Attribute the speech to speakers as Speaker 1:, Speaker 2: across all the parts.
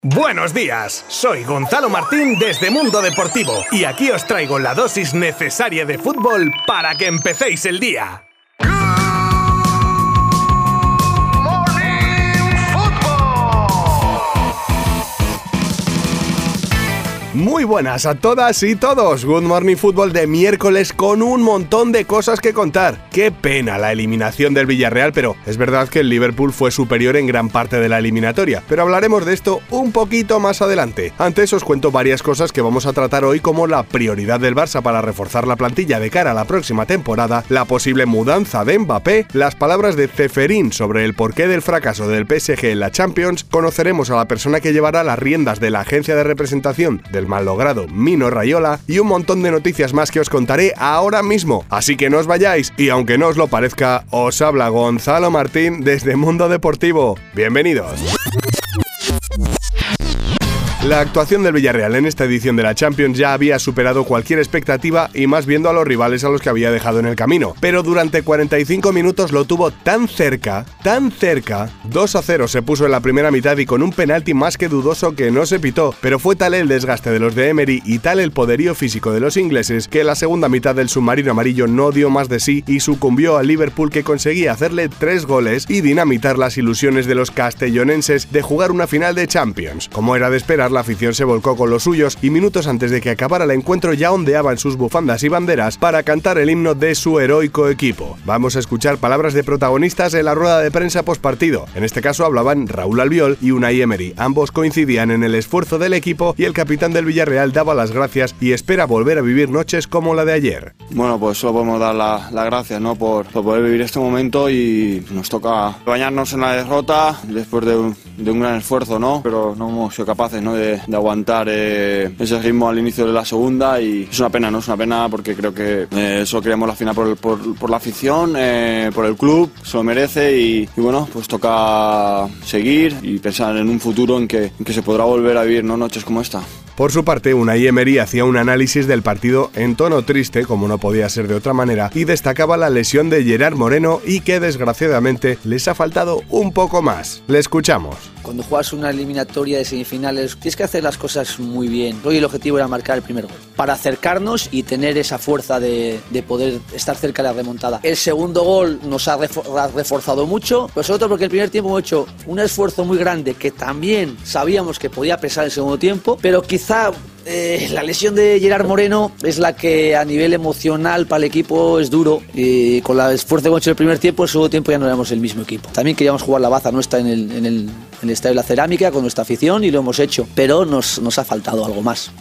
Speaker 1: Buenos días, soy Gonzalo Martín desde Mundo Deportivo y aquí os traigo la dosis necesaria de fútbol para que empecéis el día. Muy buenas a todas y todos, Good Morning Fútbol de miércoles con un montón de cosas que contar. Qué pena la eliminación del Villarreal, pero es verdad que el Liverpool fue superior en gran parte de la eliminatoria, pero hablaremos de esto un poquito más adelante. Antes os cuento varias cosas que vamos a tratar hoy, como la prioridad del Barça para reforzar la plantilla de cara a la próxima temporada, la posible mudanza de Mbappé, las palabras de Ceferín sobre el porqué del fracaso del PSG en la Champions, conoceremos a la persona que llevará las riendas de la agencia de representación del malogrado Mino Raiola y un montón de noticias más que os contaré ahora mismo. Así que no os vayáis y aunque no os lo parezca, os habla Gonzalo Martín desde Mundo Deportivo. Bienvenidos. La actuación del Villarreal en esta edición de la Champions ya había superado cualquier expectativa y más viendo a los rivales a los que había dejado en el camino, pero durante 45 minutos lo tuvo tan cerca, 2-0 se puso en la primera mitad y con un penalti más que dudoso que no se pitó, pero fue tal el desgaste de los de Emery y tal el poderío físico de los ingleses que la segunda mitad del submarino amarillo no dio más de sí y sucumbió al Liverpool, que conseguía hacerle 3 goles y dinamitar las ilusiones de los castellonenses de jugar una final de Champions. Como era de esperar, la afición se volcó con los suyos y minutos antes de que acabara el encuentro ya ondeaban sus bufandas y banderas para cantar el himno de su heroico equipo. Vamos a escuchar palabras de protagonistas en la rueda de prensa postpartido. En este caso hablaban Raúl Albiol y Unai Emery. Ambos coincidían en el esfuerzo del equipo y el capitán del Villarreal daba las gracias y espera volver a vivir noches como la de ayer.
Speaker 2: Bueno, pues solo podemos dar las gracias, ¿no? por poder vivir este momento, y nos toca bañarnos en la derrota después de un gran esfuerzo, ¿no? Pero no hemos sido capaces, ¿no? de aguantar ese ritmo al inicio de la segunda, y es una pena, ¿no? Es una pena porque creo que solo queremos la final por la afición, por el club, se lo merece, y bueno, pues toca seguir y pensar en un futuro en que se podrá volver a vivir, ¿no? Noches como esta.
Speaker 1: Por su parte, Unai Emery hacía un análisis del partido en tono triste, como no podía ser de otra manera, y destacaba la lesión de Gerard Moreno y que desgraciadamente les ha faltado un poco más. Le escuchamos.
Speaker 3: Cuando juegas una eliminatoria de semifinales tienes que hacer las cosas muy bien. Hoy el objetivo era marcar el primer gol para acercarnos y tener esa fuerza de poder estar cerca de la remontada. El segundo gol nos ha reforzado mucho, pero sobre todo porque el primer tiempo hemos hecho un esfuerzo muy grande que también sabíamos que podía pesar el segundo tiempo, pero quizá la lesión de Gerard Moreno es la que a nivel emocional para el equipo es duro, y con el esfuerzo que hemos hecho el primer tiempo, el segundo tiempo ya no éramos el mismo equipo. También queríamos jugar la baza nuestra en el Estadio de la Cerámica con nuestra afición y lo hemos hecho, pero nos ha faltado algo más.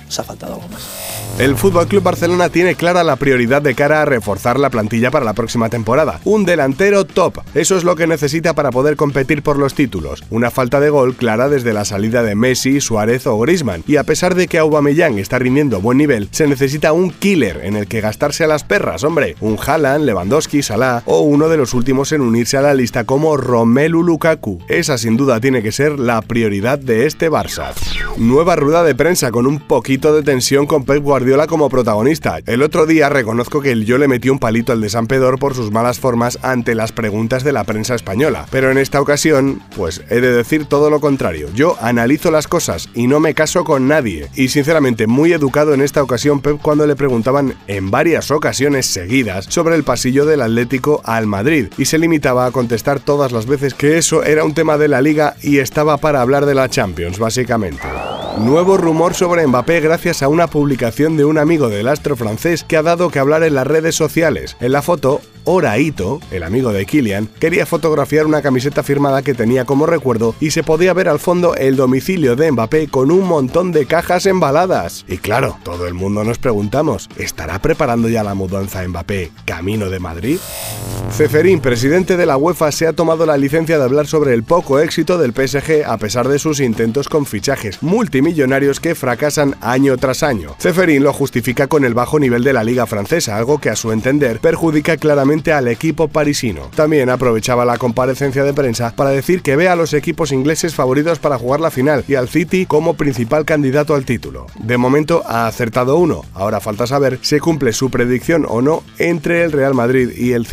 Speaker 1: El FC Barcelona tiene clara la prioridad de cara a reforzar la plantilla para la próxima temporada. Un delantero top, eso es lo que necesita para poder competir por los títulos. Una falta de gol clara desde la salida de Messi, Suárez o Griezmann, y a pesar de que Aubameyang está rindiendo a buen nivel, se necesita un killer en el que gastarse a las perras, hombre. Un Haaland, Lewandowski, Salah o uno de los últimos en unirse a la lista como Romelu Lukaku. Esa sin duda tiene que ser la prioridad de este Barça. Nueva rueda de prensa con un poquito de tensión con Pep Guardiola como protagonista. El otro día reconozco que yo le metí un palito al de Sampedor por sus malas formas ante las preguntas de la prensa española, pero en esta ocasión, pues he de decir todo lo contrario. Yo analizo las cosas y no me caso con nadie, y sinceramente muy educado en esta ocasión Pep cuando le preguntaban en varias ocasiones seguidas sobre el pasillo del Atlético al Madrid, y se limitaba a contestar todas las veces que eso era un tema de la Liga y estaba para hablar de la Champions, básicamente. Nuevo rumor sobre Mbappé gracias a una publicación de un amigo del astro francés que ha dado que hablar en las redes sociales. En la foto, Oraito, el amigo de Kylian, quería fotografiar una camiseta firmada que tenía como recuerdo y se podía ver al fondo el domicilio de Mbappé con un montón de cajas embaladas. Y claro, todo el mundo nos preguntamos, ¿estará preparando ya la mudanza Mbappé camino de Madrid? Ceferín, presidente de la UEFA, se ha tomado la licencia de hablar sobre el poco éxito del PSG a pesar de sus intentos con fichajes multimillonarios que fracasan año tras año. Ceferín lo justifica con el bajo nivel de la liga francesa, algo que a su entender perjudica claramente al equipo parisino. También aprovechaba la comparecencia de prensa para decir que ve a los equipos ingleses favoritos para jugar la final y al City como principal candidato al título. De momento ha acertado uno, ahora falta saber si cumple su predicción o no entre el Real Madrid y el City.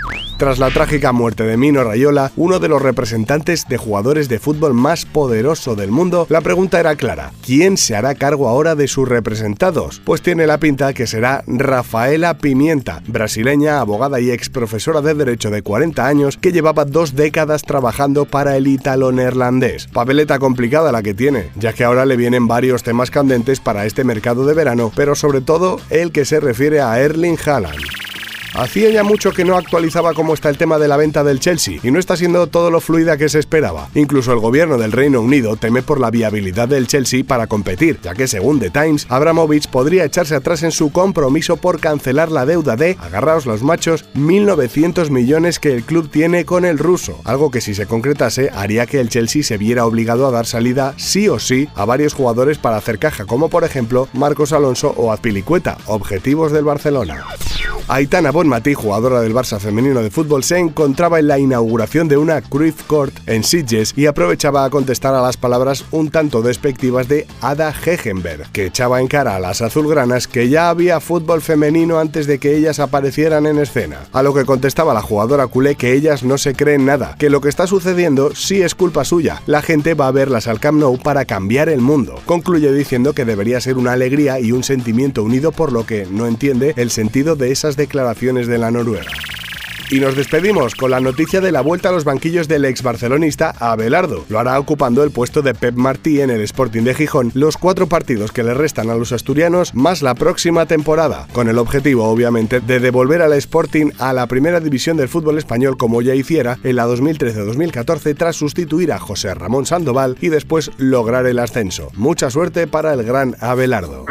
Speaker 1: Tras la trágica muerte de Mino Raiola, uno de los representantes de jugadores de fútbol más poderoso del mundo, la pregunta era clara: ¿quién se hará cargo ahora de sus representados? Pues tiene la pinta que será Rafaela Pimienta, brasileña, abogada y ex profesora de Derecho de 40 años que llevaba 2 décadas trabajando para el ítalo-neerlandés. Papeleta complicada la que tiene, ya que ahora le vienen varios temas candentes para este mercado de verano, pero sobre todo el que se refiere a Erling Haaland. Hacía ya mucho que no actualizaba cómo está el tema de la venta del Chelsea y no está siendo todo lo fluida que se esperaba. Incluso el gobierno del Reino Unido teme por la viabilidad del Chelsea para competir, ya que según The Times, Abramovich podría echarse atrás en su compromiso por cancelar la deuda de, agarraos los machos, 1.900 millones que el club tiene con el ruso, algo que si se concretase haría que el Chelsea se viera obligado a dar salida sí o sí a varios jugadores para hacer caja, como por ejemplo Marcos Alonso o Azpilicueta, objetivos del Barcelona. Aitana Bonmatí, jugadora del Barça femenino de fútbol, se encontraba en la inauguración de una Cruyff Court en Sitges y aprovechaba a contestar a las palabras un tanto despectivas de Ada Hegenberg, que echaba en cara a las azulgranas que ya había fútbol femenino antes de que ellas aparecieran en escena. A lo que contestaba la jugadora culé que ellas no se creen nada, que lo que está sucediendo sí es culpa suya, la gente va a verlas al Camp Nou para cambiar el mundo. Concluye diciendo que debería ser una alegría y un sentimiento unido, por lo que no entiende el sentido de esas declaraciones de la noruega. Y nos despedimos con la noticia de la vuelta a los banquillos del ex barcelonista Abelardo. Lo hará ocupando el puesto de Pep Martí en el Sporting de Gijón los 4 partidos que le restan a los asturianos más la próxima temporada, con el objetivo obviamente de devolver al Sporting a la primera división del fútbol español como ya hiciera en la 2013-2014 tras sustituir a José Ramón Sandoval y después lograr el ascenso. Mucha suerte para el gran Abelardo.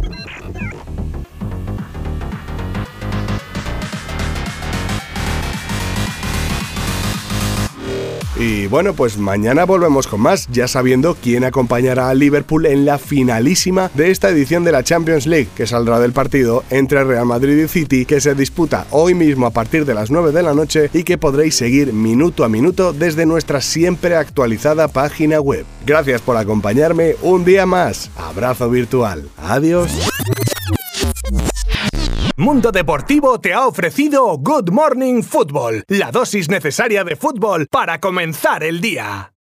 Speaker 1: Y bueno, pues mañana volvemos con más, ya sabiendo quién acompañará a Liverpool en la finalísima de esta edición de la Champions League, que saldrá del partido entre Real Madrid y City, que se disputa hoy mismo a partir de las 9 de la noche y que podréis seguir minuto a minuto desde nuestra siempre actualizada página web. Gracias por acompañarme un día más. Abrazo virtual. Adiós.
Speaker 4: Mundo Deportivo te ha ofrecido Good Morning Football, la dosis necesaria de fútbol para comenzar el día.